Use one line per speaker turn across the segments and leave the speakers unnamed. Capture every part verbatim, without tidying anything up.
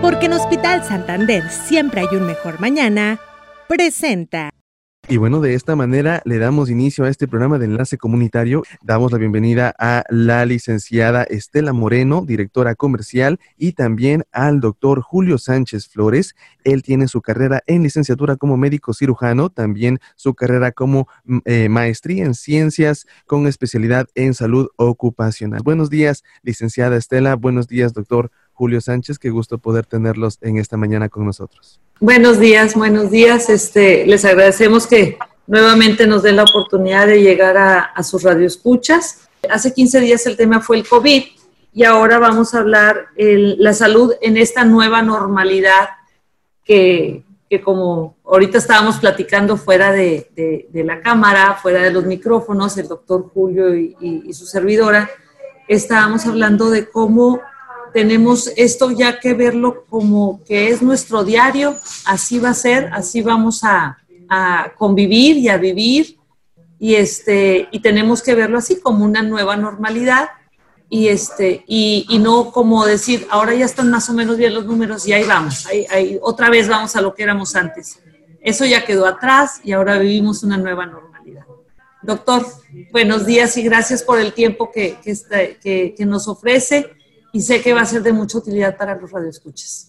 Porque en Hospital Santander siempre hay un mejor mañana, presenta.
Y bueno, de esta manera le damos inicio a este programa de Enlace Comunitario. Damos la bienvenida a la licenciada Estela Moreno, directora comercial, y también al doctor Julio Sánchez Flores. Él tiene su carrera en licenciatura como médico cirujano, también su carrera como eh, maestría en ciencias con especialidad en salud ocupacional. Buenos días, licenciada Estela. Buenos días, doctor Julio Sánchez. Qué gusto poder tenerlos en esta mañana con nosotros.
Buenos días, buenos días. Este, les agradecemos que nuevamente nos den la oportunidad de llegar a, a sus radioescuchas. Hace quince días el tema fue el COVID y ahora vamos a hablar el, la salud en esta nueva normalidad que, que como ahorita estábamos platicando fuera de, de, de la cámara, fuera de los micrófonos, el doctor Julio y, y, y su servidora, estábamos hablando de cómo tenemos esto ya que verlo como que es nuestro diario, así va a ser, así vamos a, a convivir y a vivir, y, este, y tenemos que verlo así como una nueva normalidad, y, este, y, y no como decir, ahora ya están más o menos bien los números y ahí vamos, ahí, ahí, otra vez vamos a lo que éramos antes. Eso ya quedó atrás y ahora vivimos una nueva normalidad. Doctor, buenos días y gracias por el tiempo que, que, que, que nos ofrece. Y sé que va a ser de mucha utilidad para los radioescuchas.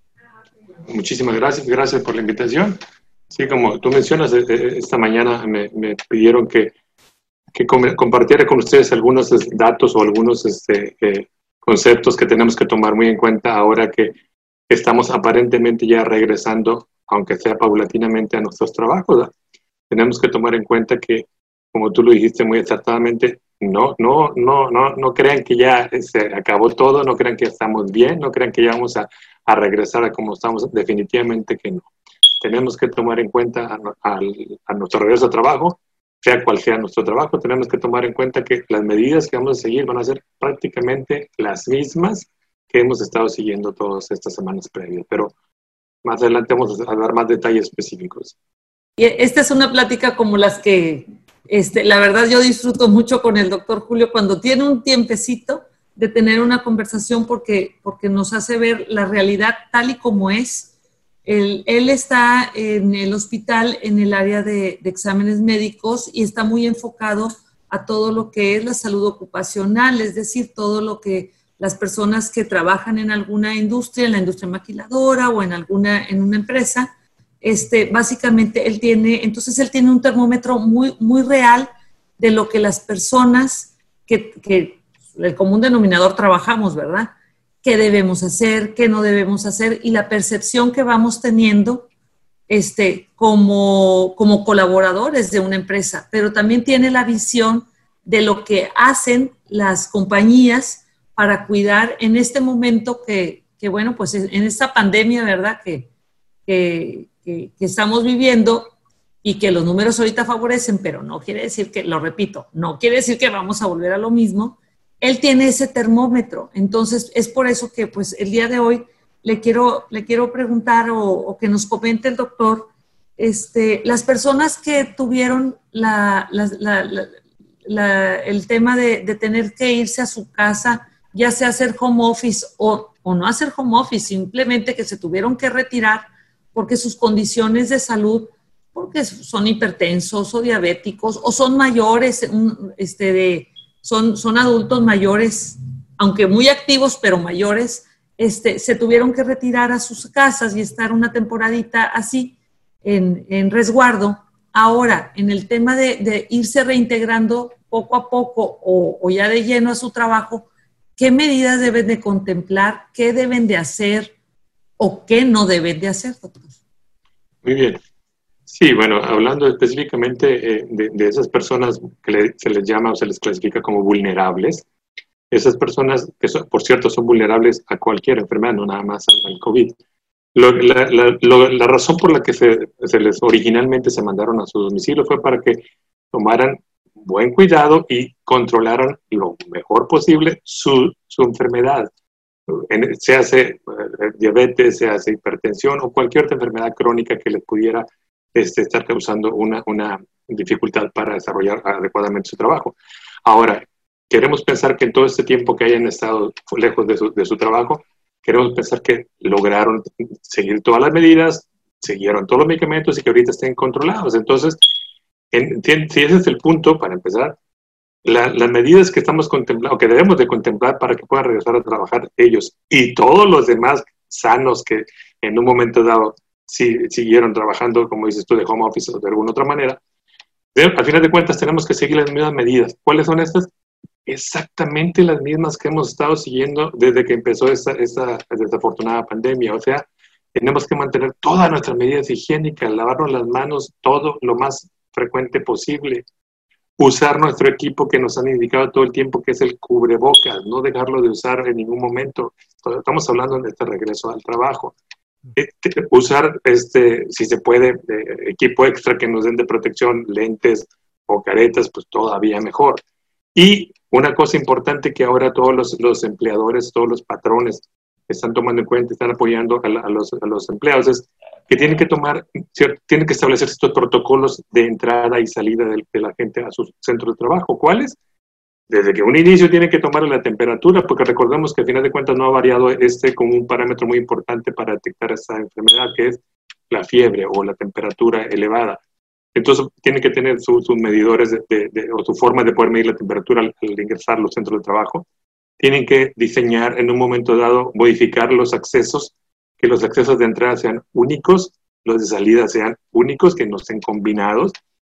Muchísimas gracias, gracias por la invitación. Sí, como tú mencionas, esta mañana me, me pidieron que, que compartiera con ustedes algunos datos o algunos este, eh, conceptos que tenemos que tomar muy en cuenta ahora que estamos aparentemente ya regresando, aunque sea paulatinamente, a nuestros trabajos. Tenemos que tomar en cuenta que, como tú lo dijiste muy acertadamente, No, no, no, no, no crean que ya se acabó todo, no crean que estamos bien, no crean que ya vamos a, a regresar a como estamos, definitivamente que no. Tenemos que tomar en cuenta a, a, a nuestro regreso a trabajo, sea cual sea nuestro trabajo, tenemos que tomar en cuenta que las medidas que vamos a seguir van a ser prácticamente las mismas que hemos estado siguiendo todas estas semanas previas, pero más adelante vamos a dar más detalles específicos.
Y esta es una plática como las que... Este, la verdad yo disfruto mucho con el doctor Julio cuando tiene un tiempecito de tener una conversación porque, porque nos hace ver la realidad tal y como es. Él, él está en el hospital en el área de, de exámenes médicos y está muy enfocado a todo lo que es la salud ocupacional, es decir, todo lo que las personas que trabajan en alguna industria, en la industria maquiladora o en, alguna, en una empresa, Este, básicamente él tiene, entonces él tiene un termómetro muy, muy real de lo que las personas que, que el común denominador trabajamos, ¿verdad? ¿Qué debemos hacer? ¿Qué no debemos hacer? Y la percepción que vamos teniendo este, como, como colaboradores de una empresa, pero también tiene la visión de lo que hacen las compañías para cuidar en este momento que, que bueno, pues en esta pandemia, ¿verdad? Que, que Que, que estamos viviendo y que los números ahorita favorecen, pero no quiere decir que, lo repito, no quiere decir que vamos a volver a lo mismo. Él tiene ese termómetro, entonces es por eso que pues el día de hoy le quiero, le quiero preguntar o, o que nos comente el doctor, este, las personas que tuvieron la, la, la, la, la, el tema de, de tener que irse a su casa, ya sea hacer home office o, o no hacer home office, simplemente que se tuvieron que retirar porque sus condiciones de salud, porque son hipertensos o diabéticos, o son mayores, este, de, son, son adultos mayores, aunque muy activos, pero mayores, este, se tuvieron que retirar a sus casas y estar una temporadita así, en, en resguardo. Ahora, en el tema de, de irse reintegrando poco a poco o, o ya de lleno a su trabajo, ¿qué medidas deben de contemplar? ¿Qué deben de hacer? ¿O qué no deben de hacer, doctor?
Muy bien. Sí, bueno, hablando específicamente eh, de, de esas personas que le, se les llama o se les clasifica como vulnerables, esas personas que, son, por cierto, son vulnerables a cualquier enfermedad, no nada más al, al COVID. Lo, la, la, lo, la razón por la que se, se les originalmente se mandaron a su domicilio fue para que tomaran buen cuidado y controlaran lo mejor posible su, su enfermedad. Se hace diabetes, se hace hipertensión o cualquier otra enfermedad crónica que les pudiera este, estar causando una, una dificultad para desarrollar adecuadamente su trabajo. Ahora, queremos pensar que en todo este tiempo que hayan estado lejos de su, de su trabajo, queremos pensar que lograron seguir todas las medidas, siguieron todos los medicamentos y que ahorita estén controlados. Entonces, en, si ese es el punto, para empezar, la, las medidas que estamos contemplando, o que debemos de contemplar para que puedan regresar a trabajar ellos y todos los demás sanos que en un momento dado si, siguieron trabajando, como dices tú, de home office o de alguna otra manera, de, al final de cuentas tenemos que seguir las mismas medidas. ¿Cuáles son estas? Exactamente las mismas que hemos estado siguiendo desde que empezó esta, esta desafortunada pandemia. O sea, tenemos que mantener todas nuestras medidas higiénicas, lavarnos las manos todo lo más frecuente posible, usar nuestro equipo que nos han indicado todo el tiempo, que es el cubrebocas, no dejarlo de usar en ningún momento. Estamos hablando de este regreso al trabajo. Usar, este, si se puede, eh, equipo extra que nos den de protección, lentes o caretas, pues todavía mejor. Y una cosa importante que ahora todos los, los empleadores, todos los patrones están tomando en cuenta, están apoyando a, la, a, los, a los empleados, es que tienen que tomar, tienen que establecer estos protocolos de entrada y salida de, de la gente a sus centros de trabajo. ¿Cuáles? Desde que un inicio tienen que tomar la temperatura, porque recordemos que al final de cuentas no ha variado este como un parámetro muy importante para detectar esta enfermedad, que es la fiebre o la temperatura elevada. Entonces tienen que tener su, sus medidores de, de, de, o su forma de poder medir la temperatura al, al ingresar a los centros de trabajo. Tienen que diseñar en un momento dado, modificar los accesos, que los accesos de entrada sean únicos, los de salida sean únicos, que no estén combinados.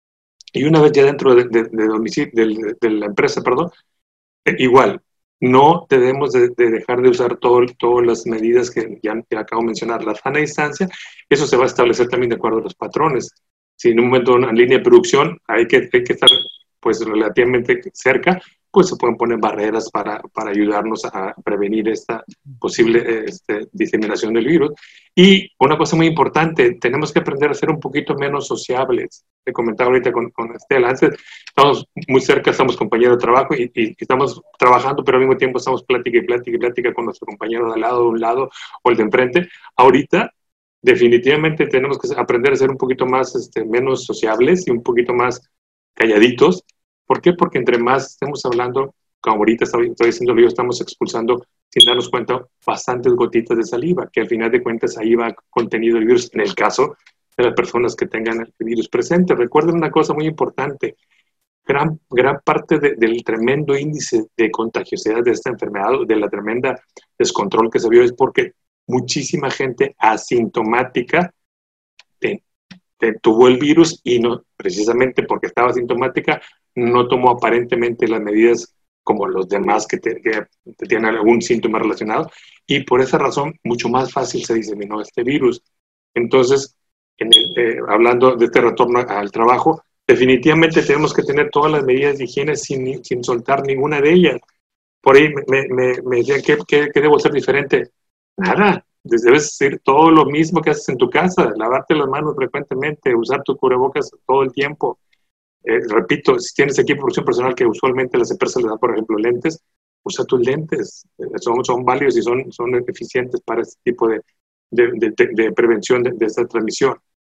Y una vez ya dentro de, de, de, domicilio, de, de la empresa, perdón, eh, igual, no debemos de, de dejar de usar todo, todas las medidas que ya, ya acabo de mencionar. La sana distancia, eso se va a establecer también de acuerdo a los patrones. Si en un momento en línea de producción hay que, hay que estar pues, relativamente cerca, pues se pueden poner barreras para, para ayudarnos a prevenir esta posible este, diseminación del virus. Y una cosa muy importante, tenemos que aprender a ser un poquito menos sociables. Te comentaba ahorita con, con Estela, antes estamos muy cerca, estamos compañeros de trabajo y, y estamos trabajando, pero al mismo tiempo estamos plática y plática y plática con nuestro compañero de al lado, de un lado o el de enfrente. Ahorita, definitivamente tenemos que aprender a ser un poquito más, este, menos sociables y un poquito más calladitos. ¿Por qué? Porque entre más estemos hablando, como ahorita estoy, estoy diciendo yo, estamos expulsando, sin darnos cuenta, bastantes gotitas de saliva, que al final de cuentas ahí va contenido el virus, en el caso de las personas que tengan el virus presente. Recuerden una cosa muy importante, gran, gran parte de, del tremendo índice de contagiosidad de esta enfermedad, de la tremenda descontrol que se vio, es porque muchísima gente asintomática te, te tuvo el virus y no, precisamente porque estaba asintomática, no tomó aparentemente las medidas como los demás que, te, que te tienen algún síntoma relacionado, y por esa razón mucho más fácil se diseminó este virus. Entonces, en el, eh, hablando de este retorno al trabajo, definitivamente tenemos que tener todas las medidas de higiene sin, sin soltar ninguna de ellas. Por ahí me, me, me decían, ¿qué, qué, ¿qué debo hacer diferente? Nada, debes hacer todo lo mismo que haces en tu casa, lavarte las manos frecuentemente, usar tu cubrebocas todo el tiempo. Eh, repito, si tienes equipo de protección personal que usualmente las empresas les dan, por ejemplo, lentes, usa tus lentes, eh, son, son válidos y son, son eficientes para este tipo de, de, de, de prevención de, de esta transmisión.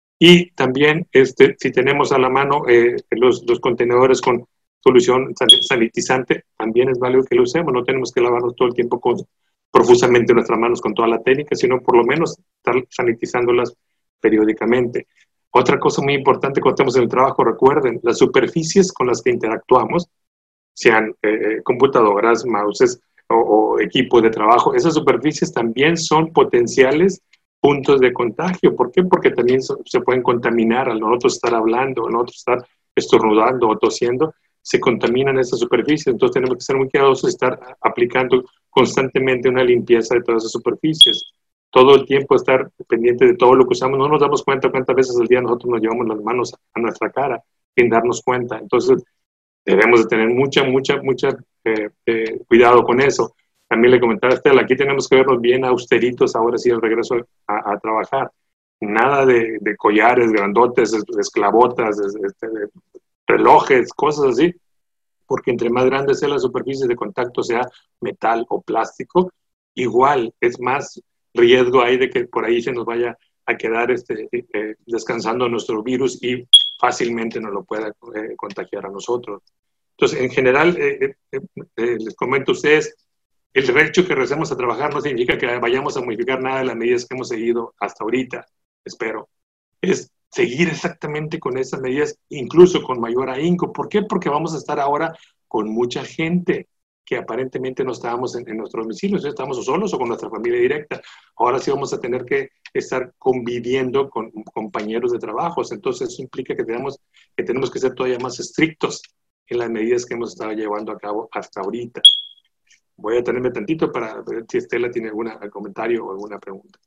Y también, este, si tenemos a la mano eh, los, los contenedores con solución sanitizante, también es válido que lo usemos, no tenemos que lavarnos todo el tiempo con, profusamente nuestras manos con toda la técnica, sino por lo menos estar sanitizándolas periódicamente. Otra cosa muy importante cuando estamos en el trabajo, recuerden, las superficies con las que interactuamos, sean eh, computadoras, mouses o, o equipos de trabajo, esas superficies también son potenciales puntos de contagio. ¿Por qué? Porque también so, se pueden contaminar al nosotros estar hablando, al nosotros estar estornudando o tosiendo, se contaminan esas superficies. Entonces tenemos que ser muy cuidadosos y estar aplicando constantemente una limpieza de todas esas superficies. Todo el tiempo estar pendiente de todo lo que usamos. No nos damos cuenta cuántas veces al día nosotros nos llevamos las manos a nuestra cara sin darnos cuenta. Entonces debemos de tener mucha, mucha, mucha eh, eh, cuidado con eso. También le comentaba a Estela, aquí tenemos que vernos bien austeritos ahora sí al regreso a, a trabajar. Nada de, de collares grandotes, de esclavotas, de, de, de relojes, cosas así, porque entre más grande sea la superficie de contacto, sea metal o plástico, igual es más riesgo hay de que por ahí se nos vaya a quedar este, eh, descansando nuestro virus y fácilmente nos lo pueda eh, contagiar a nosotros. Entonces, en general, eh, eh, eh, les comento a ustedes, el hecho que regresemos a trabajar no significa que vayamos a modificar nada de las medidas que hemos seguido hasta ahorita, espero. Es seguir exactamente con esas medidas, incluso con mayor ahínco. ¿Por qué? Porque vamos a estar ahora con mucha gente que aparentemente no estábamos en, en nuestros domicilios, estábamos solos o con nuestra familia directa. Ahora sí vamos a tener que estar conviviendo con compañeros de trabajos. Entonces eso implica que tenemos, que tenemos que ser todavía más estrictos en las medidas que hemos estado llevando a cabo hasta ahorita. Voy a tenerme tantito para ver si Estela tiene algún comentario o alguna pregunta.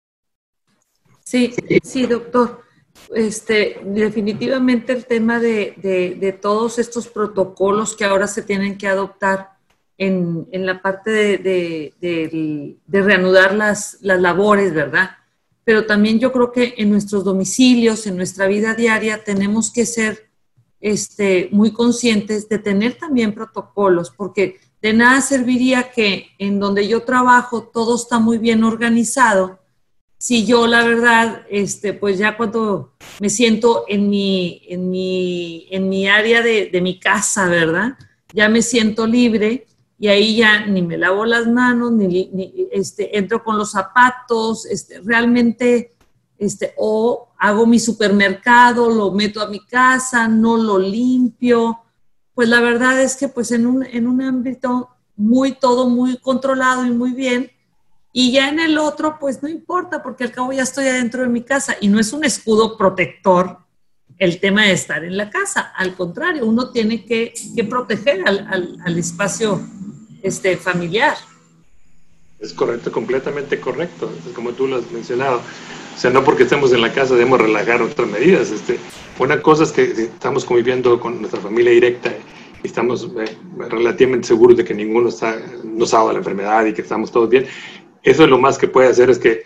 Sí, sí, doctor. Este, definitivamente el tema de, de, de todos estos protocolos que ahora se tienen que adoptar en, en la parte de, de, de, de reanudar las, las labores, ¿verdad? Pero también yo creo que en nuestros domicilios, en nuestra vida diaria, tenemos que ser este, muy conscientes de tener también protocolos, porque de nada serviría que en donde yo trabajo todo está muy bien organizado, si yo, la verdad, este, pues ya cuando me siento en mi, en mi, en mi área de, de mi casa, ¿verdad? Ya me siento libre y ahí ya ni me lavo las manos, ni, ni este, entro con los zapatos, este, realmente, este, o hago mi supermercado, lo meto a mi casa, no lo limpio. Pues la verdad es que pues en un, en un ámbito muy todo muy controlado y muy bien, y ya en el otro, pues no importa, porque al cabo ya estoy adentro de mi casa. Y no es un escudo protector el tema de estar en la casa. Al contrario, uno tiene que, que proteger al, al, al espacio este, familiar.
Es correcto, completamente correcto, como tú lo has mencionado. O sea, no porque estemos en la casa debemos relajar otras medidas. Este, una cosa es que estamos conviviendo con nuestra familia directa y estamos eh, relativamente seguros de que ninguno está, no sabe la enfermedad y que estamos todos bien. Eso es lo más que puede hacer, es que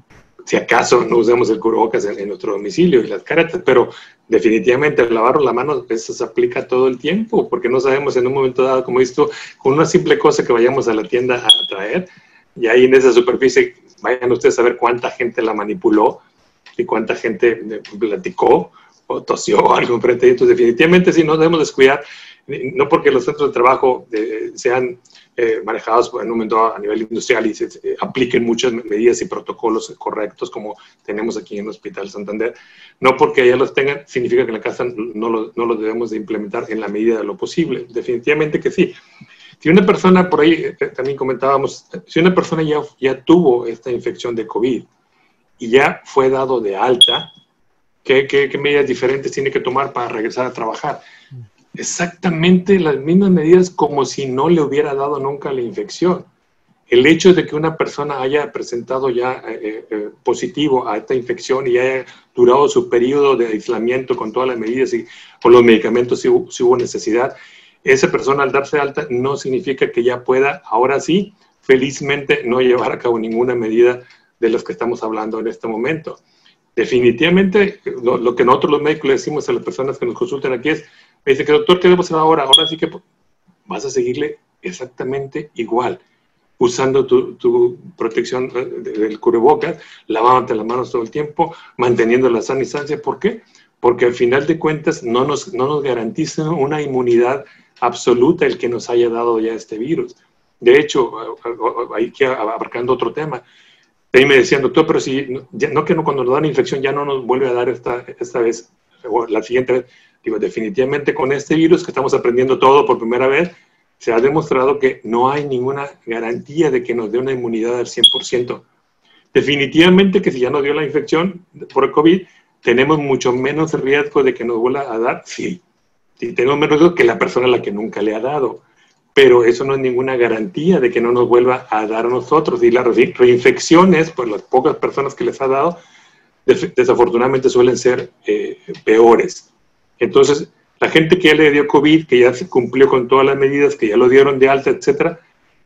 si acaso no usemos el cubrebocas en, en nuestro domicilio y las caretas, pero definitivamente el lavarnos la mano, eso se aplica todo el tiempo, porque no sabemos en un momento dado, como dices tú, con una simple cosa que vayamos a la tienda a traer, y ahí en esa superficie vayan ustedes a ver cuánta gente la manipuló y cuánta gente platicó o tosió o algo enfrente de ellos. Entonces, definitivamente sí, no debemos descuidar, no porque los centros de trabajo eh, sean eh, manejados en un momento a nivel industrial y se eh, apliquen muchas medidas y protocolos correctos como tenemos aquí en el Hospital Santander, no porque allá los tengan, significa que en la casa no los no lo debemos de implementar en la medida de lo posible. Definitivamente que sí. Si una persona, por ahí eh, también comentábamos, si una persona ya, ya tuvo esta infección de COVID y ya fue dado de alta, ¿qué, qué, qué medidas diferentes tiene que tomar para regresar a trabajar? Exactamente las mismas medidas como si no le hubiera dado nunca la infección. El hecho de que una persona haya presentado ya eh, eh, positivo a esta infección y haya durado su periodo de aislamiento con todas las medidas y con los medicamentos si, si hubo necesidad, esa persona al darse alta no significa que ya pueda, ahora sí, felizmente no llevar a cabo ninguna medida de las que estamos hablando en este momento. Definitivamente, lo, lo que nosotros los médicos le decimos a las personas que nos consultan aquí es, me dice que doctor, ¿qué debo hacer ahora? Ahora sí que vas a seguirle exactamente igual, usando tu, tu protección del cubrebocas, lavándote las manos todo el tiempo, manteniendo la sana distancia. ¿Por qué? Porque al final de cuentas no nos, no nos garantiza una inmunidad absoluta el que nos haya dado ya este virus. De hecho, hay que abarcando otro tema. Ahí me decían, doctor, pero si ya, no que no, cuando nos da una infección ya no nos vuelve a dar esta, esta vez, o la siguiente vez. Digo, definitivamente con este virus que estamos aprendiendo todo por primera vez, se ha demostrado que no hay ninguna garantía de que nos dé una inmunidad al cien por ciento. Definitivamente que si ya nos dio la infección por el COVID, tenemos mucho menos riesgo de que nos vuelva a dar, sí. Sí, tenemos menos riesgo que la persona a la que nunca le ha dado. Pero eso no es ninguna garantía de que no nos vuelva a dar a nosotros. Y las reinfecciones, pues las pocas personas que les ha dado, desafortunadamente suelen ser eh, peores. Entonces, la gente que ya le dio COVID, que ya se cumplió con todas las medidas, que ya lo dieron de alta, etcétera,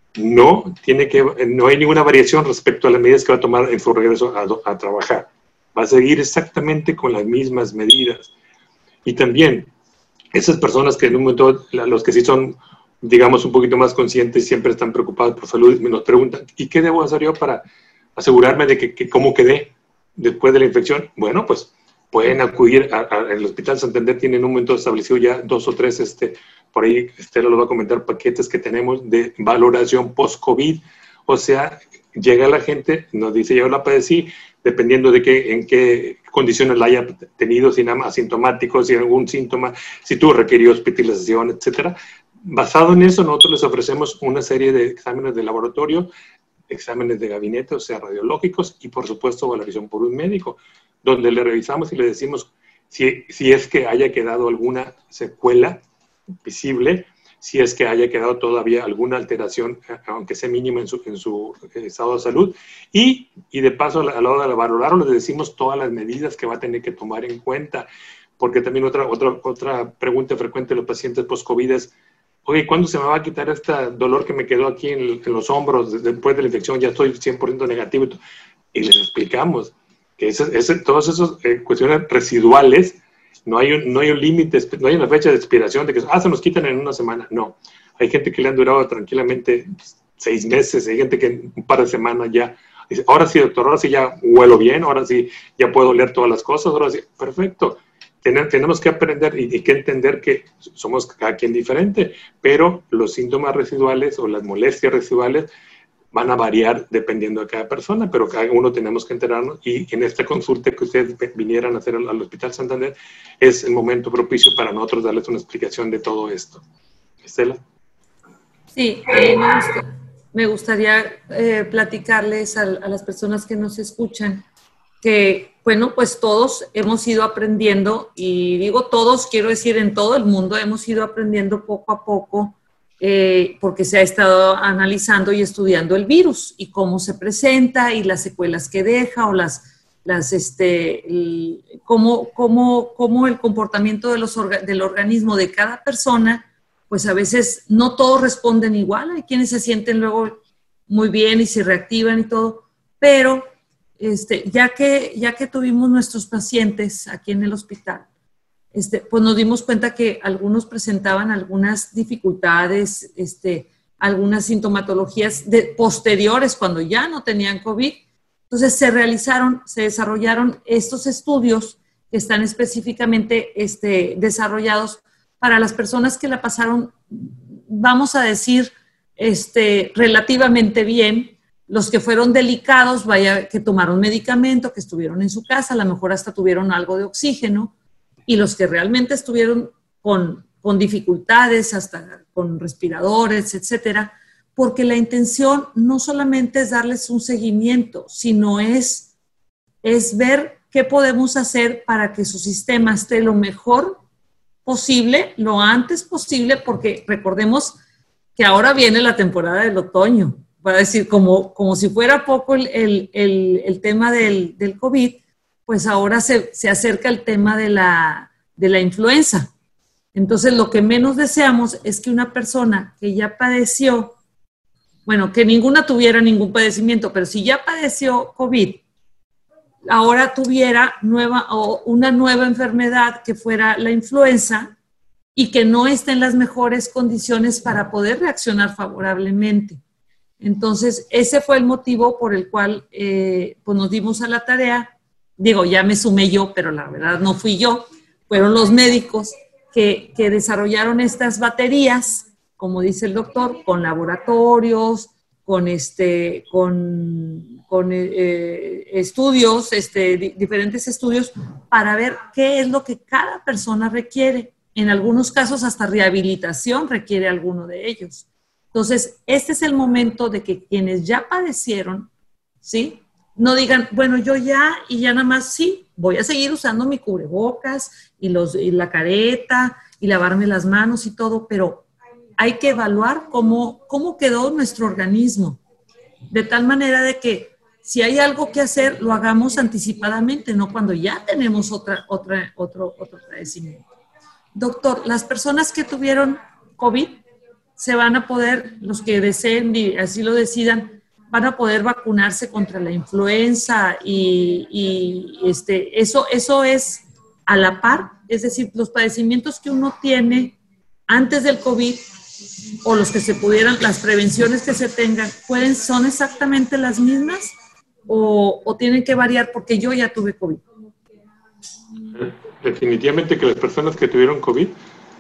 no, tiene que, no hay ninguna variación respecto a las medidas que va a tomar en su regreso a, a trabajar. Va a seguir exactamente con las mismas medidas. Y también, esas personas que en un momento, los que sí son, digamos, un poquito más conscientes, siempre están preocupados por salud, me nos preguntan, ¿y qué debo hacer yo para asegurarme de que, que cómo quedé después de la infección? Bueno, pues pueden acudir al Hospital Santander, tienen un momento establecido ya dos o tres este, por ahí Estela lo va a comentar, paquetes que tenemos de valoración post-COVID. O sea, llega la gente, nos dice, yo la padecí, dependiendo de qué, en qué condiciones la haya tenido, si nada más asintomático, si algún síntoma, si tuvo requerido hospitalización, etcétera. Basado en eso, nosotros les ofrecemos una serie de exámenes de laboratorio, exámenes de gabinete, o sea, radiológicos, y por supuesto valoración por un médico, donde le revisamos y le decimos si, si es que haya quedado alguna secuela visible, si es que haya quedado todavía alguna alteración, aunque sea mínima en su, en su estado de salud, y, y de paso a la hora de valorarlo le decimos todas las medidas que va a tener que tomar en cuenta, porque también otra, otra, otra pregunta frecuente de los pacientes post-COVID es, oye, ¿cuándo se me va a quitar este dolor que me quedó aquí en, en los hombros después de la infección? Ya estoy cien por ciento negativo. Y les explicamos que ese, ese, todas esas eh, cuestiones residuales, no hay un, no hay un límite, no hay una fecha de expiración de que ah, se nos quitan en una semana. No. Hay gente que le han durado tranquilamente seis meses, hay gente que en un par de semanas ya dice, ahora sí, doctor, ahora sí ya huelo bien, ahora sí ya puedo leer todas las cosas, ahora sí, perfecto. Tenemos que aprender y, y que entender que somos cada quien diferente, pero los síntomas residuales o las molestias residuales van a variar dependiendo de cada persona, pero cada uno tenemos que enterarnos y en esta consulta que ustedes vinieran a hacer al, al Hospital Santander es el momento propicio para nosotros darles una explicación de todo esto. Estela.
Sí, a mí me, gusta, me gustaría eh, platicarles a, a las personas que nos escuchan que, bueno, pues todos hemos ido aprendiendo, y digo todos, quiero decir en todo el mundo, hemos ido aprendiendo poco a poco, eh, porque se ha estado analizando y estudiando el virus y cómo se presenta y las secuelas que deja o las, las este, el, cómo, cómo, cómo el comportamiento de los orga, del organismo de cada persona, pues a veces no todos responden igual, hay quienes se sienten luego muy bien y se reactivan y todo, pero Este, ya que, ya que tuvimos nuestros pacientes aquí en el hospital, este, pues nos dimos cuenta que algunos presentaban algunas dificultades, este, algunas sintomatologías de, posteriores cuando ya no tenían COVID. Entonces se realizaron, se desarrollaron estos estudios que están específicamente este, desarrollados para las personas que la pasaron, vamos a decir, este, relativamente bien. Los que fueron delicados, vaya, que tomaron medicamento, que estuvieron en su casa, a lo mejor hasta tuvieron algo de oxígeno, y los que realmente estuvieron con, con dificultades, hasta con respiradores, etcétera, porque la intención no solamente es darles un seguimiento, sino es, es ver qué podemos hacer para que su sistema esté lo mejor posible, lo antes posible, porque recordemos que ahora viene la temporada del otoño. Para decir, como, como si fuera poco el, el, el, el tema del, del COVID, pues ahora se, se acerca el tema de la, de la influenza. Entonces, lo que menos deseamos es que una persona que ya padeció, bueno, que ninguna tuviera ningún padecimiento, pero si ya padeció COVID, ahora tuviera nueva, o una nueva enfermedad que fuera la influenza y que no esté en las mejores condiciones para poder reaccionar favorablemente. Entonces, ese fue el motivo por el cual eh, pues nos dimos a la tarea. Digo, ya me sumé yo, pero la verdad no fui yo. Fueron los médicos que, que desarrollaron estas baterías, como dice el doctor, con laboratorios, con, este, con, con eh, estudios, este, di- diferentes estudios, para ver qué es lo que cada persona requiere. En algunos casos hasta rehabilitación requiere alguno de ellos. Entonces, este es el momento de que quienes ya padecieron, ¿sí? No digan, bueno, yo ya, y ya nada más, sí, voy a seguir usando mi cubrebocas y, los, y la careta y lavarme las manos y todo, pero hay que evaluar cómo, cómo quedó nuestro organismo, de tal manera de que si hay algo que hacer, lo hagamos anticipadamente, no cuando ya tenemos otra, otra, otro, otro padecimiento. Doctor, las personas que tuvieron COVID, se van a poder, los que deseen y así lo decidan, van a poder vacunarse contra la influenza y, y este, eso, eso es a la par, es decir, los padecimientos que uno tiene antes del COVID o los que se pudieran, las prevenciones que se tengan, pueden, ¿son exactamente las mismas o, o tienen que variar porque yo ya tuve COVID?
Definitivamente que las personas que tuvieron COVID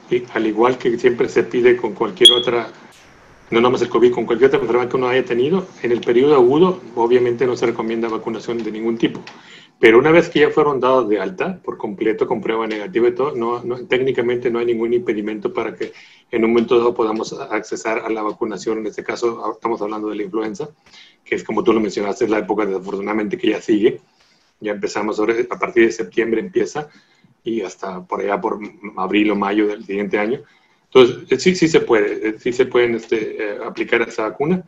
y al igual que siempre se pide con cualquier otra, no nomás el COVID, con cualquier otra enfermedad que uno haya tenido, en el periodo agudo obviamente no se recomienda vacunación de ningún tipo. Pero una vez que ya fueron dados de alta, por completo, con prueba negativa y todo, no, no, técnicamente no hay ningún impedimento para que en un momento dado podamos accesar a la vacunación. En este caso estamos hablando de la influenza, que es como tú lo mencionaste, es la época desafortunadamente que ya sigue. Ya empezamos, a partir de septiembre empieza y hasta por allá por abril o mayo del siguiente año. Entonces, sí, sí se puede, sí se pueden este, eh, aplicar esa vacuna.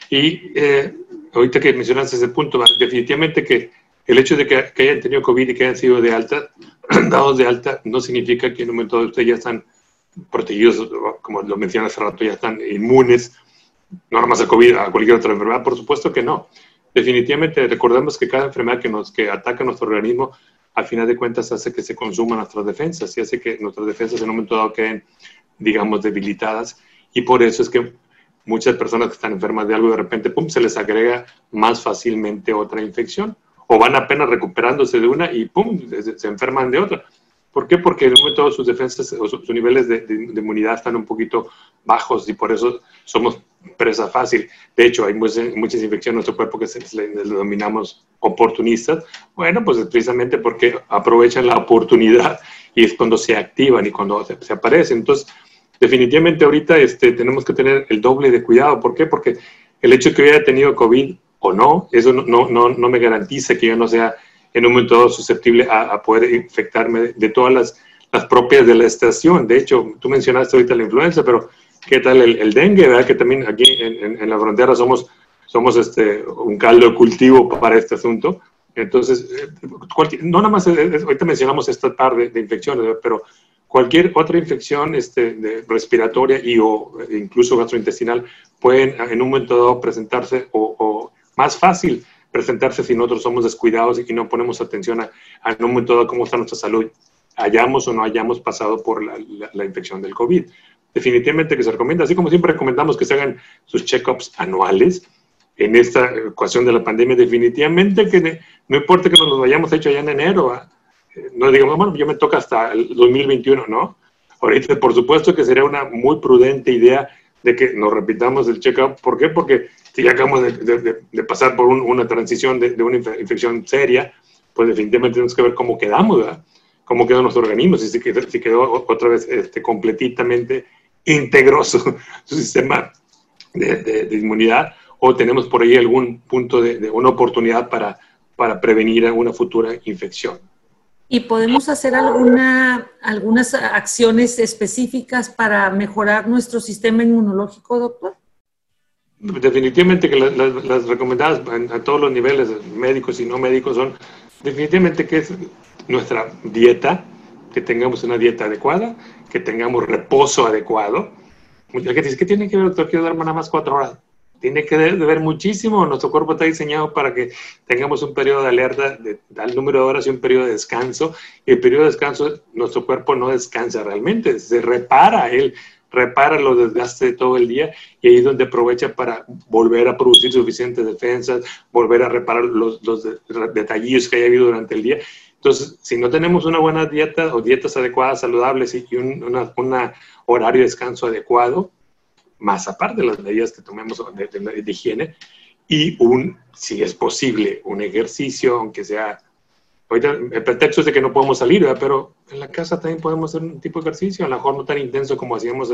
Y eh, ahorita que mencionaste ese punto, definitivamente que el hecho de que, que hayan tenido COVID y que hayan sido de alta, dados de alta, no significa que en un momento dado ustedes ya están protegidos, como lo mencioné hace rato, ya están inmunes, no nomás a COVID, a cualquier otra enfermedad. Por supuesto que no. Definitivamente recordemos que cada enfermedad que, nos, que ataca nuestro organismo, al final de cuentas hace que se consuman nuestras defensas y hace que nuestras defensas en un momento dado queden, digamos, debilitadas. Y por eso es que muchas personas que están enfermas de algo, de repente, pum, se les agrega más fácilmente otra infección. O van apenas recuperándose de una y pum, se, se enferman de otra. ¿Por qué? Porque en un momento sus defensas o sus, sus niveles de, de, de inmunidad están un poquito bajos y por eso somos presa fácil. De hecho, hay muchas, muchas infecciones en nuestro cuerpo que se, le, le denominamos oportunistas. Bueno, pues es precisamente porque aprovechan la oportunidad y es cuando se activan y cuando se, se aparecen. Entonces, definitivamente ahorita este, tenemos que tener el doble de cuidado. ¿Por qué? Porque el hecho de que hubiera tenido COVID o no, eso no, no, no, no me garantiza que yo no sea en un momento dado susceptible a, a poder infectarme de, de todas las, las propias de la estación. De hecho, tú mencionaste ahorita la influenza, pero ¿qué tal el, el dengue? ¿Verdad? Que también aquí en, en, en la frontera somos, somos este, un caldo de cultivo para este asunto. Entonces, cualquier, no nada más, ahorita mencionamos esta par de, de infecciones, pero cualquier otra infección este, de respiratoria y o incluso gastrointestinal pueden en un momento dado presentarse o, o más fácil presentarse si nosotros somos descuidados y no ponemos atención a, a en un momento dado cómo está nuestra salud, hayamos o no hayamos pasado por la, la, la infección del COVID. Definitivamente que se recomienda, así como siempre recomendamos que se hagan sus check-ups anuales en esta ecuación de la pandemia, definitivamente que ne, no importa que nos los hayamos hecho allá en enero, ¿eh? No digamos, bueno, yo me toca hasta el dos mil veintiuno, ¿no? Ahorita, por supuesto que sería una muy prudente idea de que nos repitamos el check-up. ¿Por qué? Porque si ya acabamos de, de, de pasar por un, una transición de, de una infección seria, pues definitivamente tenemos que ver cómo quedamos, ¿verdad? Cómo quedó nuestro organismo, si, si, quedó, si quedó otra vez este, completamente integroso su sistema de, de, de inmunidad, o tenemos por ahí algún punto de, de una oportunidad para, para prevenir alguna futura infección.
¿Y podemos hacer alguna, algunas acciones específicas para mejorar nuestro sistema inmunológico, doctor?
Definitivamente que las, las, las recomendadas a, a todos los niveles, médicos y no médicos, son definitivamente que es nuestra dieta, que tengamos una dieta adecuada, que tengamos reposo adecuado. Mucha gente dice, ¿qué tiene que ver, doctor? Quiero dormir nada más cuatro horas. Tiene que ver muchísimo. Nuestro cuerpo está diseñado para que tengamos un periodo de alerta de tal número de horas y un periodo de descanso. Y el periodo de descanso, nuestro cuerpo no descansa realmente, se repara. Él repara los desgastes de todo el día y ahí es donde aprovecha para volver a producir suficientes defensas, volver a reparar los, los detallillos que haya habido durante el día. Entonces, si no tenemos una buena dieta o dietas adecuadas, saludables y un una, una horario de descanso adecuado, más aparte de las medidas que tomemos de, de, de higiene, y un, si es posible, un ejercicio, aunque sea, ahorita el pretexto es de que no podemos salir, ¿verdad? Pero en la casa también podemos hacer un tipo de ejercicio, a lo mejor no tan intenso como hacíamos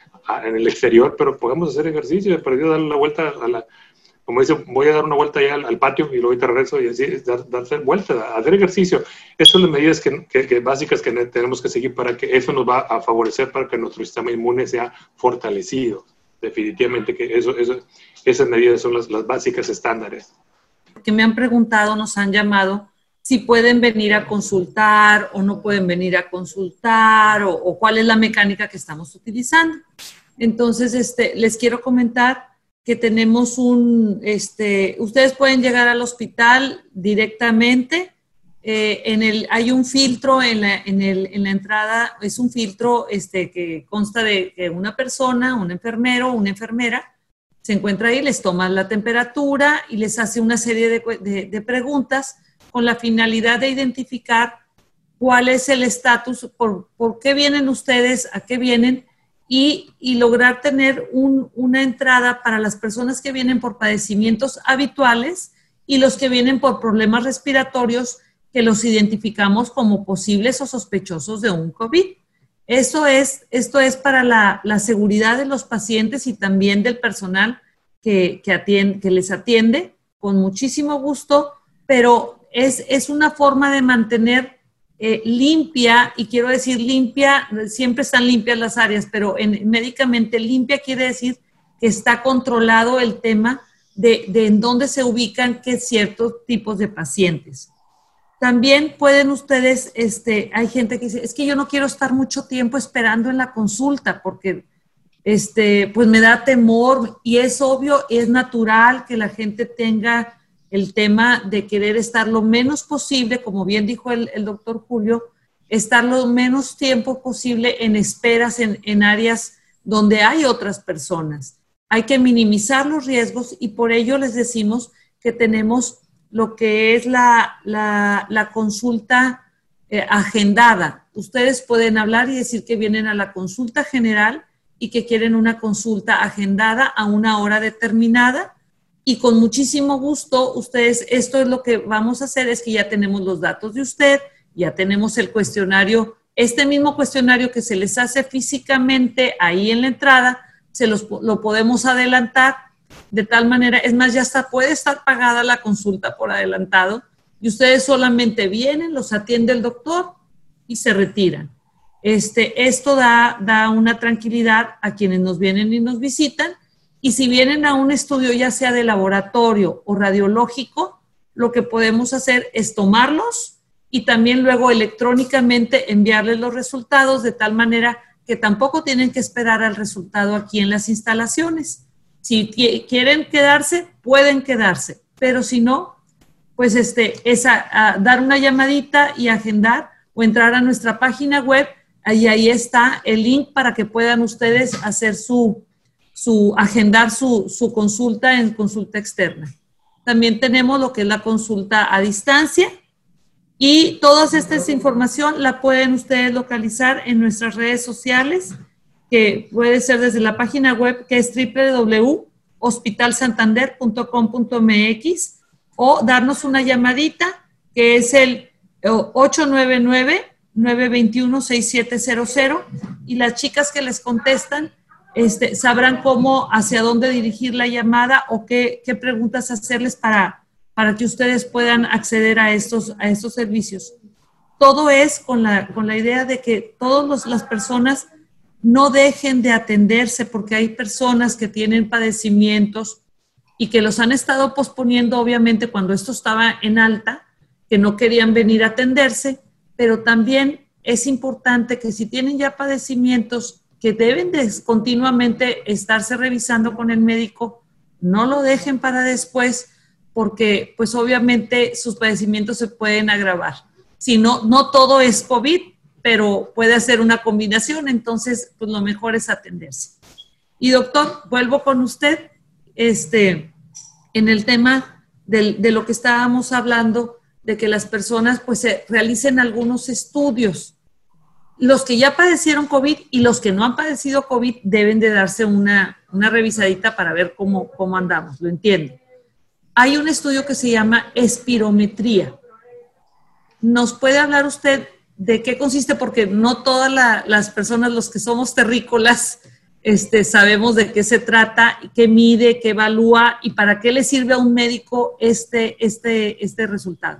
en el exterior, pero podemos hacer ejercicio, perdido darle la vuelta a la, como dice, voy a dar una vuelta allá al, al patio y luego te regreso y así, dar, darse vuelta, hacer ejercicio. Esas son las medidas que, que, que básicas que tenemos que seguir para que eso nos va a favorecer para que nuestro sistema inmune sea fortalecido. Definitivamente que eso, eso, esas medidas son las, las básicas estándares.
Que me han preguntado, nos han llamado, si pueden venir a consultar o no pueden venir a consultar o, o cuál es la mecánica que estamos utilizando. Entonces, este, les quiero comentar que tenemos un, este, ustedes pueden llegar al hospital directamente. Eh, en el, hay un filtro en la, en, el, en la entrada, es un filtro este, que consta de que una persona, un enfermero, una enfermera, se encuentra ahí, les toma la temperatura y les hace una serie de, de, de preguntas con la finalidad de identificar cuál es el estatus, por, por qué vienen ustedes, a qué vienen, y, y lograr tener un, una entrada para las personas que vienen por padecimientos habituales y los que vienen por problemas respiratorios que los identificamos como posibles o sospechosos de un COVID. Eso es, esto es para la, la seguridad de los pacientes y también del personal que, que, atiende, que les atiende con muchísimo gusto, pero es, es una forma de mantener eh, limpia, y quiero decir limpia, siempre están limpias las áreas, pero en, médicamente limpia quiere decir que está controlado el tema de, de en dónde se ubican qué ciertos tipos de pacientes. También pueden ustedes, este, hay gente que dice, es que yo no quiero estar mucho tiempo esperando en la consulta porque este, pues me da temor, y es obvio, es natural que la gente tenga el tema de querer estar lo menos posible, como bien dijo el, el doctor Julio, estar lo menos tiempo posible en esperas en, en áreas donde hay otras personas. Hay que minimizar los riesgos y por ello les decimos que tenemos lo que es la, la, la consulta eh, agendada. Ustedes pueden hablar y decir que vienen a la consulta general y que quieren una consulta agendada a una hora determinada, y con muchísimo gusto ustedes, esto es lo que vamos a hacer, es que ya tenemos los datos de usted, ya tenemos el cuestionario, este mismo cuestionario que se les hace físicamente ahí en la entrada, se los, lo podemos adelantar de tal manera, es más, ya hasta puede estar pagada la consulta por adelantado y ustedes solamente vienen, los atiende el doctor y se retiran. Este, esto da, da una tranquilidad a quienes nos vienen y nos visitan, y si vienen a un estudio ya sea de laboratorio o radiológico, lo que podemos hacer es tomarlos y también luego electrónicamente enviarles los resultados de tal manera que tampoco tienen que esperar al resultado aquí en las instalaciones. Si quieren quedarse, pueden quedarse, pero si no, pues este, es a, a dar una llamadita y agendar o entrar a nuestra página web, y ahí está el link para que puedan ustedes hacer su, su agendar su, su consulta en consulta externa. También tenemos lo que es la consulta a distancia, y toda esta información la pueden ustedes localizar en nuestras redes sociales, que puede ser desde la página web que es doble u doble u doble u punto hospital santander punto com punto m x, o darnos una llamadita que es el ocho nueve nueve, nueve dos uno, seis siete cero cero, y las chicas que les contestan este, sabrán cómo, hacia dónde dirigir la llamada o qué, qué preguntas hacerles para, para que ustedes puedan acceder a estos, a estos servicios. Todo es con la, con la idea de que todas las personas no dejen de atenderse, porque hay personas que tienen padecimientos y que los han estado posponiendo, obviamente, cuando esto estaba en alta, que no querían venir a atenderse, pero también es importante que si tienen ya padecimientos que deben de continuamente estarse revisando con el médico, no lo dejen para después, porque pues obviamente sus padecimientos se pueden agravar. Si no, no todo es COVID, pero puede hacer una combinación, entonces pues lo mejor es atenderse. Y doctor, vuelvo con usted este, en el tema del, de lo que estábamos hablando, de que las personas pues se realicen algunos estudios. Los que ya padecieron COVID y los que no han padecido COVID deben de darse una, una revisadita para ver cómo, cómo andamos, lo entiendo. Hay un estudio que se llama espirometría. ¿Nos puede hablar usted de qué consiste? Porque no todas la, las personas, los que somos terrícolas, este, sabemos de qué se trata, qué mide, qué evalúa y para qué le sirve a un médico este, este, este resultado.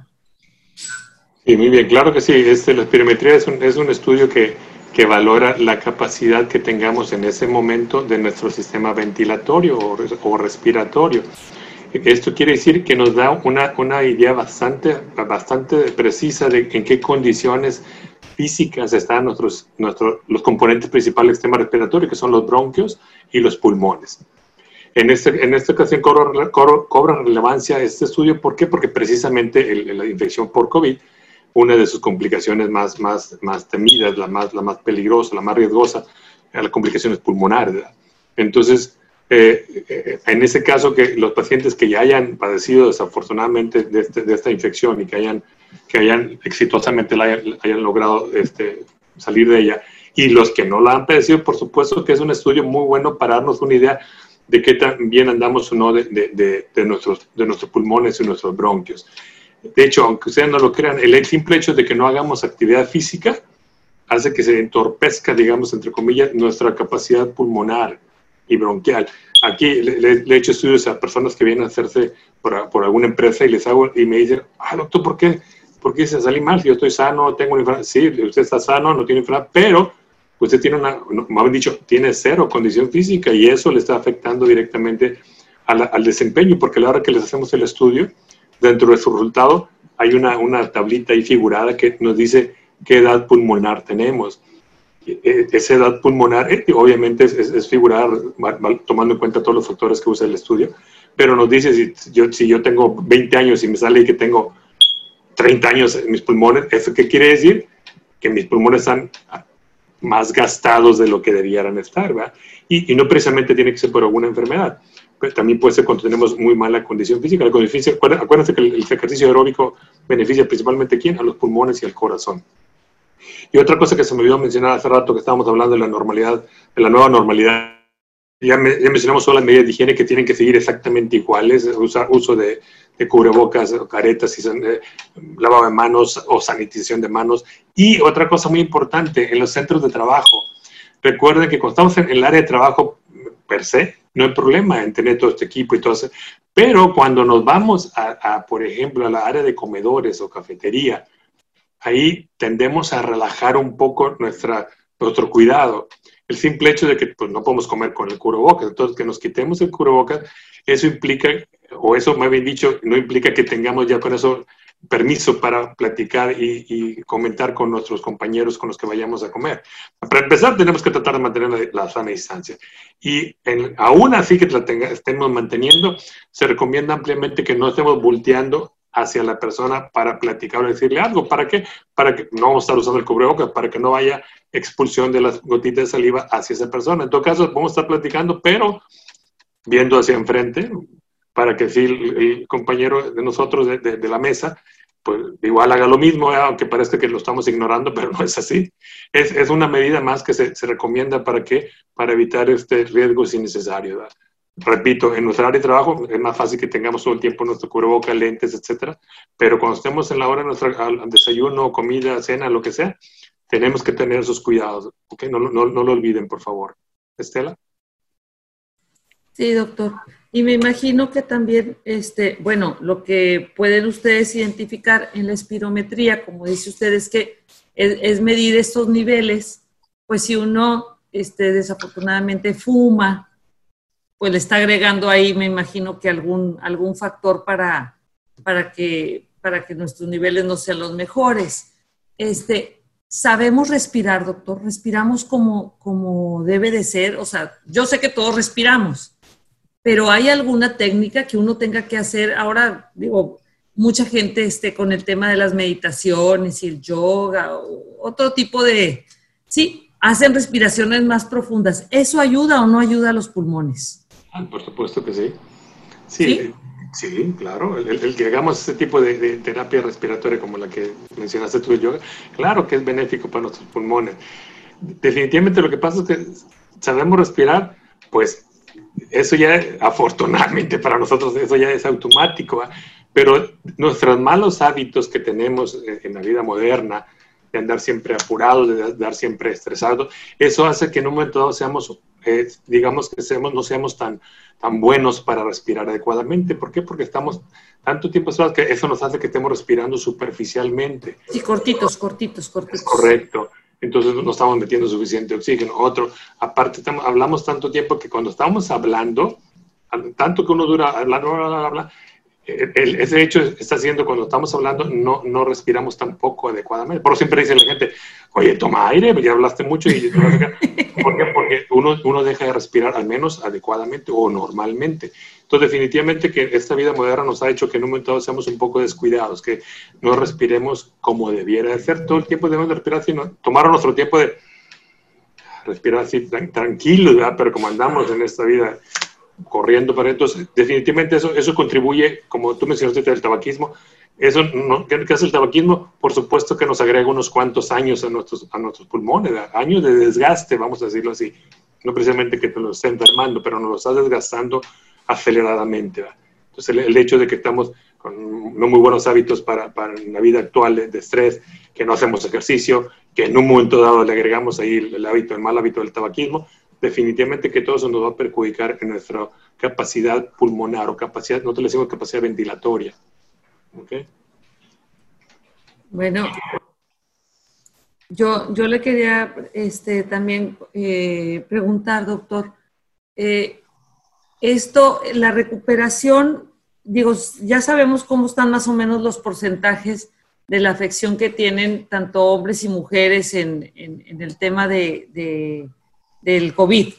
Sí, muy bien, claro que sí. Este, la espirometría es un, es un estudio que, que valora la capacidad que tengamos en ese momento de nuestro sistema ventilatorio o, o respiratorio. Esto quiere decir que nos da una, una idea bastante, bastante precisa de en qué condiciones físicas están nuestros, nuestros, los componentes principales del sistema respiratorio, que son los bronquios y los pulmones. En, este, en esta ocasión cobra, cobra, cobra relevancia este estudio. ¿Por qué? Porque precisamente el, la infección por COVID, una de sus complicaciones más, más, más temidas, la más, la más peligrosa, la más riesgosa, la complicación es pulmonar, ¿verdad? Entonces, Eh, eh, en ese caso, que los pacientes que ya hayan padecido desafortunadamente de, este, de esta infección y que hayan que hayan exitosamente la hayan, hayan logrado este, salir de ella. Y los que no la han padecido, por supuesto que es un estudio muy bueno para darnos una idea de qué tan bien andamos o no de, de, de, de, nuestros, de nuestros pulmones y nuestros bronquios. De hecho, aunque ustedes no lo crean, el simple hecho de que no hagamos actividad física hace que se entorpezca, digamos, entre comillas, nuestra capacidad pulmonar y bronquial. Aquí le, le, le he hecho estudios a personas que vienen a hacerse por, por alguna empresa y les hago, y me dicen, ah, doctor, ¿por qué? ¿Por qué se salí mal? Yo estoy sano, tengo una enfermedad. Sí, usted está sano, no tiene enfermedad, pero usted tiene una, me han dicho, tiene cero condición física y eso le está afectando directamente a la, al desempeño, porque a la hora que les hacemos el estudio, dentro de su resultado hay una, una tablita ahí figurada que nos dice qué edad pulmonar tenemos. Esa edad pulmonar, eh, obviamente, es, es, es figurar tomando en cuenta todos los factores que usa el estudio, pero nos dice si yo, si yo tengo veinte años y me sale que tengo treinta años en mis pulmones, ¿eso qué quiere decir? Que mis pulmones están más gastados de lo que debieran estar, ¿verdad? Y, y no precisamente tiene que ser por alguna enfermedad, pero también puede ser cuando tenemos muy mala condición física. La condición física, acuérdense que el, el ejercicio aeróbico beneficia principalmente ¿a quién? A los pulmones y al corazón. Y otra cosa que se me olvidó mencionar hace rato que estábamos hablando de la normalidad, de la nueva normalidad, ya, me, ya mencionamos todas las medidas de higiene que tienen que seguir exactamente iguales, usar uso de, de cubrebocas, caretas, y, eh, lavado de manos o sanitización de manos. Y otra cosa muy importante, en los centros de trabajo, recuerden que cuando estamos en el área de trabajo per se, no hay problema en tener todo este equipo y todo eso, pero cuando nos vamos a, a, por ejemplo, a la área de comedores o cafetería, ahí tendemos a relajar un poco nuestra, nuestro cuidado. El simple hecho de que pues, no podemos comer con el cubrebocas, entonces que nos quitemos el cubrebocas, eso implica, o eso me habían dicho, no implica que tengamos ya con eso permiso para platicar y, y comentar con nuestros compañeros con los que vayamos a comer. Para empezar, tenemos que tratar de mantener la, la sana distancia. Y en, aún así que la tenga, estemos manteniendo, se recomienda ampliamente que no estemos volteando hacia la persona para platicar o decirle algo. ¿Para qué? Para que no vamos a estar usando el cubrebocas, para que no haya expulsión de las gotitas de saliva hacia esa persona. En todo caso, vamos a estar platicando, pero viendo hacia enfrente, para que si el, el compañero de nosotros de, de, de la mesa, pues igual haga lo mismo, ¿eh? Aunque parezca que lo estamos ignorando, pero no es así. Es, es una medida más que se, se recomienda para qué, para evitar este riesgos innecesarios, ¿verdad? Repito, en nuestra área de trabajo es más fácil que tengamos todo el tiempo nuestro cubrebocas, lentes, etcétera, pero cuando estemos en la hora de nuestro desayuno, comida, cena, lo que sea, tenemos que tener esos cuidados, ¿ok? No, no, no lo olviden, por favor. Estela.
Sí, doctor. Y me imagino que también, este, bueno, lo que pueden ustedes identificar en la espirometría, como dice usted, es que es, es medir estos niveles, pues si uno este, desafortunadamente fuma, pues le está agregando ahí, me imagino que algún, algún factor para, para, que, para que nuestros niveles no sean los mejores. Este, ¿sabemos respirar, doctor? ¿Respiramos como, como debe de ser? O sea, yo sé que todos respiramos, pero ¿hay alguna técnica que uno tenga que hacer? Ahora, digo, mucha gente este, con el tema de las meditaciones y el yoga o otro tipo de... Sí, hacen respiraciones más profundas. ¿Eso ayuda o no ayuda a los pulmones?
Ah, por supuesto que sí. Sí, sí, sí, claro. El, el que hagamos ese tipo de, de terapia respiratoria como la que mencionaste tú, el yoga, claro que es benéfico para nuestros pulmones. Definitivamente lo que pasa es que sabemos respirar, pues eso ya, afortunadamente para nosotros, eso ya es automático, ¿eh? Pero nuestros malos hábitos que tenemos en la vida moderna, de andar siempre apurados, de andar siempre estresados, eso hace que en un momento dado seamos, eh, digamos que seamos, no seamos tan, tan buenos para respirar adecuadamente. ¿Por qué? Porque estamos tanto tiempo estresados que eso nos hace que estemos respirando superficialmente.
Sí, cortitos, cortitos, cortitos.
Es correcto. Entonces no estamos metiendo suficiente oxígeno. Otro, aparte, estamos, hablamos tanto tiempo que cuando estamos hablando, tanto que uno dura hablando, bla, bla, bla, bla, El, ese hecho está haciendo cuando estamos hablando no, no respiramos tampoco adecuadamente. Por eso siempre dice la gente, oye, toma aire, ya hablaste mucho. Y, ¿por qué? Porque uno, uno deja de respirar al menos adecuadamente o normalmente. Entonces definitivamente que esta vida moderna nos ha hecho que en un momento dado seamos un poco descuidados, que no respiremos como debiera de ser. Todo el tiempo debemos de respirar, sino tomar nuestro tiempo de respirar así tranquilos, ¿verdad? Pero como andamos en esta vida corriendo para entonces, definitivamente eso, eso contribuye, como tú mencionaste del tabaquismo, Eso, no, ¿qué, ¿qué hace el tabaquismo? Por supuesto que nos agrega unos cuantos años a nuestros, a nuestros pulmones, años de desgaste, vamos a decirlo así. No precisamente que te lo esté enfermando, pero nos lo está desgastando aceleradamente, ¿verdad? Entonces, el, el hecho de que estamos con no muy buenos hábitos para, para la vida actual de, de estrés, que no hacemos ejercicio, que en un momento dado le agregamos ahí el, el hábito, el mal hábito del tabaquismo, definitivamente que todo eso nos va a perjudicar en nuestra capacidad pulmonar o capacidad, nosotros le decimos capacidad ventilatoria. ¿Okay?
Bueno, yo, yo le quería este, también eh, preguntar, doctor, eh, esto, la recuperación, digo, ya sabemos cómo están más o menos los porcentajes de la afección que tienen tanto hombres y mujeres en, en, en el tema de, de, del COVID.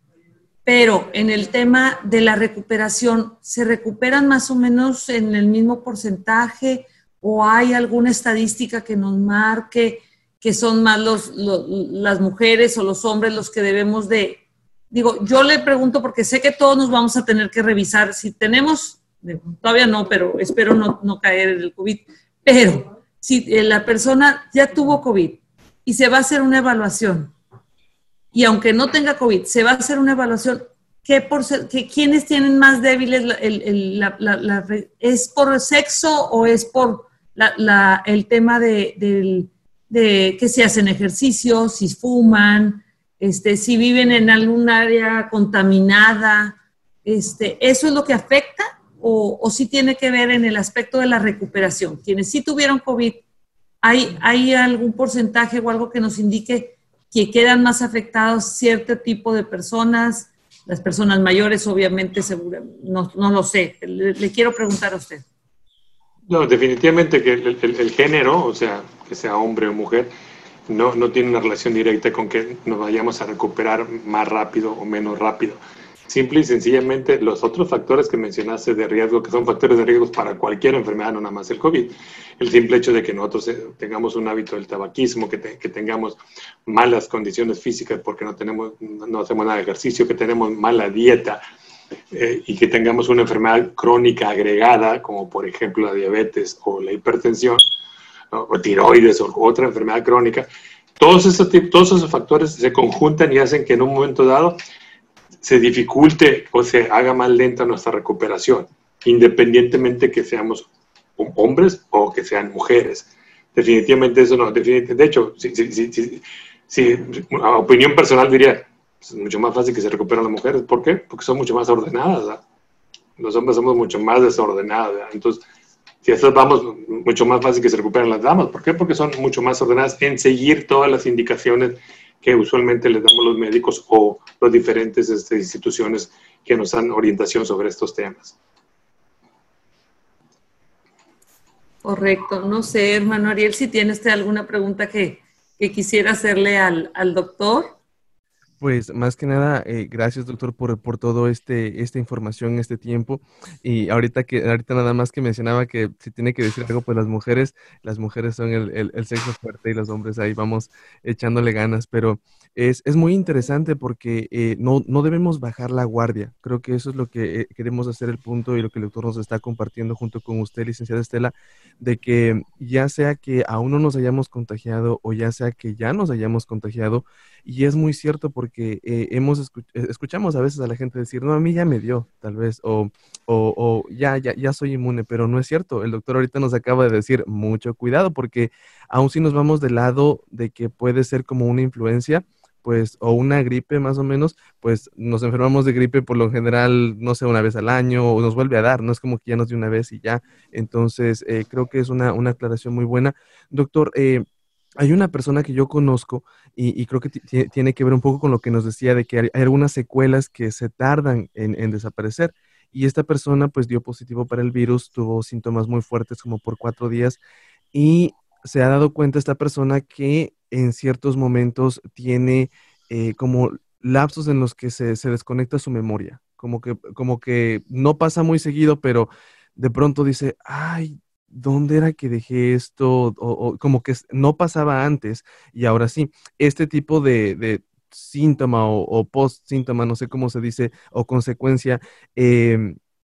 Pero en el tema de la recuperación, ¿se recuperan más o menos en el mismo porcentaje o hay alguna estadística que nos marque que son más los, los, las mujeres o los hombres los que debemos de... Digo, yo le pregunto porque sé que todos nos vamos a tener que revisar. Si tenemos, todavía no, pero espero no, no caer en el COVID, pero si la persona ya tuvo COVID y se va a hacer una evaluación, y aunque no tenga COVID, se va a hacer una evaluación, ¿qué por ser, que, ¿quiénes tienen más débiles? El, el, la, la, la, ¿Es por sexo o es por la, la, el tema de, de, de que se hacen ejercicios, si fuman, este, si viven en algún área contaminada? Este, ¿Eso es lo que afecta o, o sí tiene que ver en el aspecto de la recuperación? Quienes sí tuvieron COVID, ¿hay, hay algún porcentaje o algo que nos indique que quedan más afectados cierto tipo de personas? Las personas mayores, obviamente, seguro, no, no lo sé. Le, le quiero preguntar a usted.
No, definitivamente que el, el, el género, o sea, que sea hombre o mujer, no, no tiene una relación directa con que nos vayamos a recuperar más rápido o menos rápido. Simple y sencillamente, los otros factores que mencionaste de riesgo, que son factores de riesgo para cualquier enfermedad, no nada más el COVID, el simple hecho de que nosotros tengamos un hábito del tabaquismo, que, te, que tengamos malas condiciones físicas porque no, tenemos, no hacemos nada de ejercicio, que tenemos mala dieta eh, y que tengamos una enfermedad crónica agregada, como por ejemplo la diabetes o la hipertensión, ¿no? O tiroides o otra enfermedad crónica, todos esos, todos esos factores se conjuntan y hacen que en un momento dado se dificulte o se haga más lenta nuestra recuperación, independientemente que seamos hombres o que sean mujeres. Definitivamente eso no, definitivamente, de hecho, si, si, si, si, si a opinión personal diría, es mucho más fácil que se recuperen las mujeres. ¿Por qué? Porque son mucho más ordenadas, ¿verdad? Los hombres somos mucho más desordenados, ¿verdad? Entonces, si estas vamos, mucho más fácil que se recuperen las damas. ¿Por qué? Porque son mucho más ordenadas en seguir todas las indicaciones que usualmente les damos los médicos o las diferentes este, instituciones que nos dan orientación sobre estos temas.
Correcto. No sé, hermano Ariel, si tiene usted alguna pregunta que, que quisiera hacerle al, al doctor.
Pues más que nada, eh, gracias doctor por, por todo este esta información, este tiempo. Y ahorita que ahorita nada más que mencionaba que si tiene que decir algo, pues las mujeres, las mujeres son el, el, el sexo fuerte y los hombres ahí vamos echándole ganas. Pero es, es muy interesante porque eh, no, no debemos bajar la guardia. Creo que eso es lo que eh, queremos hacer el punto y lo que el doctor nos está compartiendo junto con usted, licenciada Estela, de que ya sea que aún no nos hayamos contagiado o ya sea que ya nos hayamos contagiado, y es muy cierto porque eh, hemos escuch escuchamos a veces a la gente decir, no, a mí ya me dio, tal vez, o, o, o ya, ya, ya soy inmune, pero no es cierto. El doctor ahorita nos acaba de decir, mucho cuidado, porque aun si nos vamos del lado de que puede ser como una influencia, pues, o una gripe más o menos, pues nos enfermamos de gripe por lo general, no sé, una vez al año, o nos vuelve a dar, no es como que ya nos dio una vez y ya. Entonces, eh, creo que es una, una aclaración muy buena. Doctor, eh, hay una persona que yo conozco y, y creo que tiene que ver un poco con lo que nos decía de que hay, hay algunas secuelas que se tardan en, en desaparecer. Y esta persona pues dio positivo para el virus, tuvo síntomas muy fuertes como por cuatro días y se ha dado cuenta esta persona que en ciertos momentos tiene eh, como lapsos en los que se, se desconecta su memoria. Como que, como que no pasa muy seguido, pero de pronto dice, ay, ¿dónde era que dejé esto? O, o como que no pasaba antes y ahora sí. Este tipo de, de síntoma o, o post-síntoma, no sé cómo se dice, o consecuencia, eh,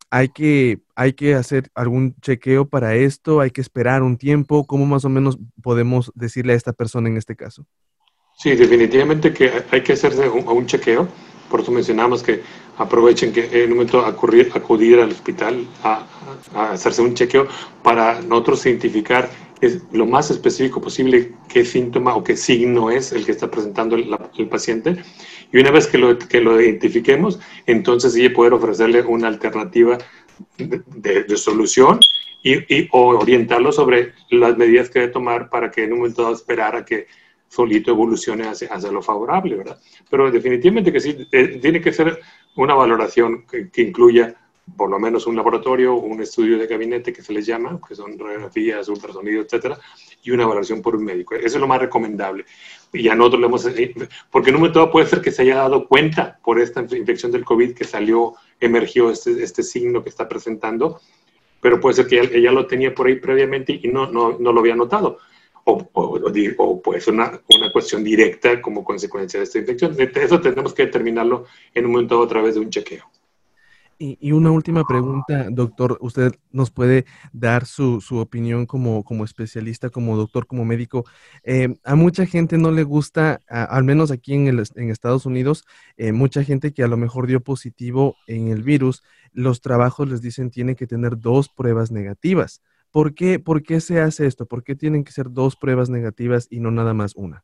hay que, hay que hacer algún chequeo para esto, hay que esperar un tiempo. ¿Cómo más o menos podemos decirle a esta persona en este caso?
Sí, definitivamente que hay que hacerse un, un chequeo. Por eso mencionamos que aprovechen que en un momento acudir, acudir al hospital a, a hacerse un chequeo para nosotros identificar es lo más específico posible qué síntoma o qué signo es el que está presentando el, el paciente. Y una vez que lo, que lo identifiquemos, entonces sí poder ofrecerle una alternativa de, de, de solución y, y o orientarlo sobre las medidas que debe tomar para que en un momento dado esperar a que solito evolucione hacia, hacia lo favorable, ¿verdad? Pero definitivamente que sí, eh, tiene que ser una valoración que, que incluya por lo menos un laboratorio, un estudio de gabinete que se les llama, que son radiografías, ultrasonido, etcétera, y una evaluación por un médico. Eso es lo más recomendable. Y ya nosotros lo hemos, porque en un momento dado puede ser que se haya dado cuenta por esta infección del COVID que salió, emergió este, este signo que está presentando, pero puede ser que ella, ella lo tenía por ahí previamente y no, no, no lo había notado. O, o, o puede ser una, una cuestión directa como consecuencia de esta infección. Eso tenemos que determinarlo en un momento dado a través de un chequeo.
Y, y una última pregunta, doctor. ¿Usted nos puede dar su, su opinión como, como especialista, como doctor, como médico? Eh, a mucha gente no le gusta, a, al menos aquí en, el, en Estados Unidos, eh, mucha gente que a lo mejor dio positivo en el virus, los trabajos les dicen tienen que tener dos pruebas negativas. ¿Por qué, ¿Por qué se hace esto? ¿Por qué tienen que ser dos pruebas negativas y no nada más una?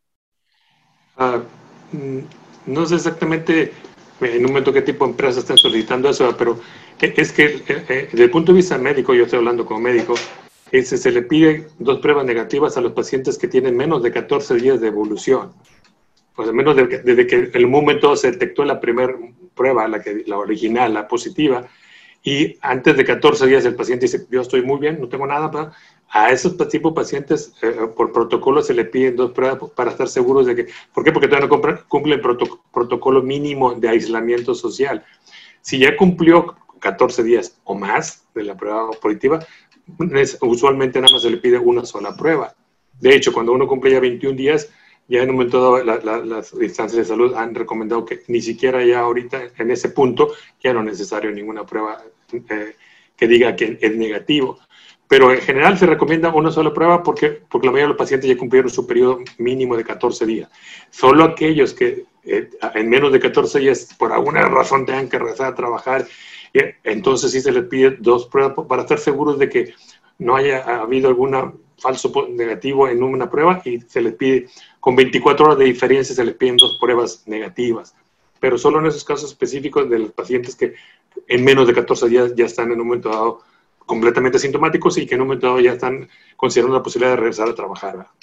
Uh, no sé exactamente en un momento qué tipo de empresas están solicitando eso, pero es que eh, desde el punto de vista médico, yo estoy hablando como médico, es, se le pide dos pruebas negativas a los pacientes que tienen menos de catorce días de evolución. Pues menos de, desde que en el momento se detectó la primera prueba, la, que, la original, la positiva, y antes de catorce días el paciente dice, yo estoy muy bien, no tengo nada. Para... A esos tipos de pacientes, eh, por protocolo, se le piden dos pruebas para estar seguros de que... ¿Por qué? Porque todavía no cumple el proto protocolo mínimo de aislamiento social. Si ya cumplió catorce días o más de la prueba positiva, usualmente nada más se le pide una sola prueba. De hecho, cuando uno cumple ya veintiún días, ya en un momento dado la, la, las instancias de salud han recomendado que ni siquiera ya ahorita, en ese punto, ya no es necesario ninguna prueba eh, que diga que es negativo. Pero en general se recomienda una sola prueba porque, porque la mayoría de los pacientes ya cumplieron su periodo mínimo de catorce días. Solo aquellos que eh, en menos de catorce días por alguna razón tengan que regresar a trabajar, eh, entonces sí se les pide dos pruebas para estar seguros de que no haya habido algún falso negativo en una prueba y se les pide, con veinticuatro horas de diferencia se les piden dos pruebas negativas. Pero solo en esos casos específicos de los pacientes que en menos de catorce días ya están en un momento dado completamente asintomáticos y que en un momento dado ya están considerando la posibilidad de regresar a trabajar, ¿verdad?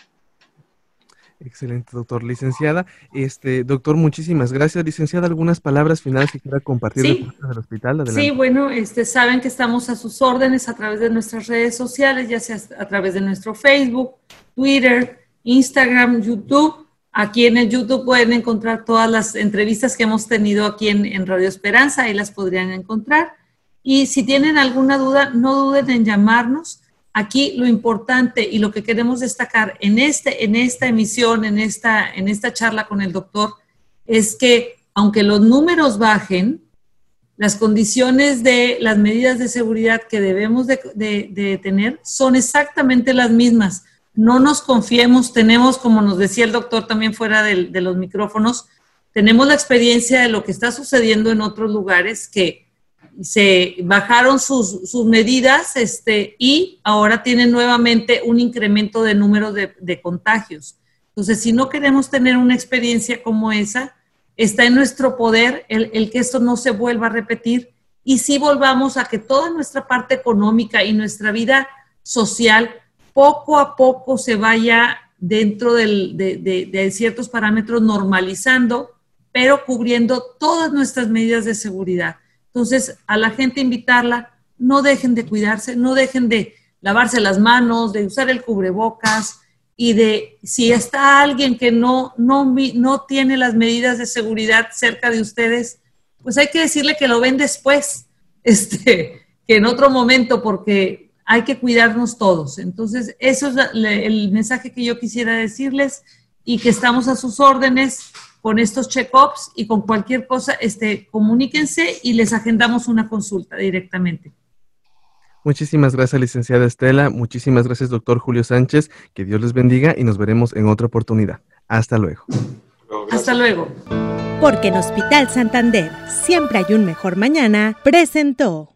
Excelente, doctor. Licenciada, este, doctor, muchísimas gracias. Licenciada, ¿algunas palabras finales que quiera compartir
sí.
del hospital? Adelante.
Sí, bueno, este, saben que estamos a sus órdenes a través de nuestras redes sociales, ya sea a través de nuestro Facebook, Twitter, Instagram, YouTube. Aquí en el YouTube pueden encontrar todas las entrevistas que hemos tenido aquí en, en Radio Esperanza, ahí las podrían encontrar. Y si tienen alguna duda, no duden en llamarnos. Aquí lo importante y lo que queremos destacar en, este, en esta emisión, en esta, en esta charla con el doctor, es que aunque los números bajen, las condiciones de las medidas de seguridad que debemos de, de, de tener son exactamente las mismas. No nos confiemos, tenemos, como nos decía el doctor también fuera de, de los micrófonos, tenemos la experiencia de lo que está sucediendo en otros lugares que se bajaron sus, sus medidas este, y ahora tienen nuevamente un incremento de número de, de contagios. Entonces, si no queremos tener una experiencia como esa, está en nuestro poder el, el que esto no se vuelva a repetir y sí volvamos a que toda nuestra parte económica y nuestra vida social poco a poco se vaya dentro del, de, de, de ciertos parámetros normalizando, pero cubriendo todas nuestras medidas de seguridad. Entonces, a la gente invitarla, no dejen de cuidarse, no dejen de lavarse las manos, de usar el cubrebocas y de, si está alguien que no, no, no tiene las medidas de seguridad cerca de ustedes, pues hay que decirle que lo ven después, este, que en otro momento, porque hay que cuidarnos todos. Entonces, eso es el mensaje que yo quisiera decirles y que estamos a sus órdenes. con estos check-ups y con cualquier cosa, este, comuníquense y les agendamos una consulta directamente.
Muchísimas gracias, licenciada Estela. Muchísimas gracias, doctor Julio Sánchez. Que Dios les bendiga y nos veremos en otra oportunidad. Hasta luego.
Gracias.
Hasta luego.
Porque en Hospital Santander siempre hay un mejor mañana, presentó.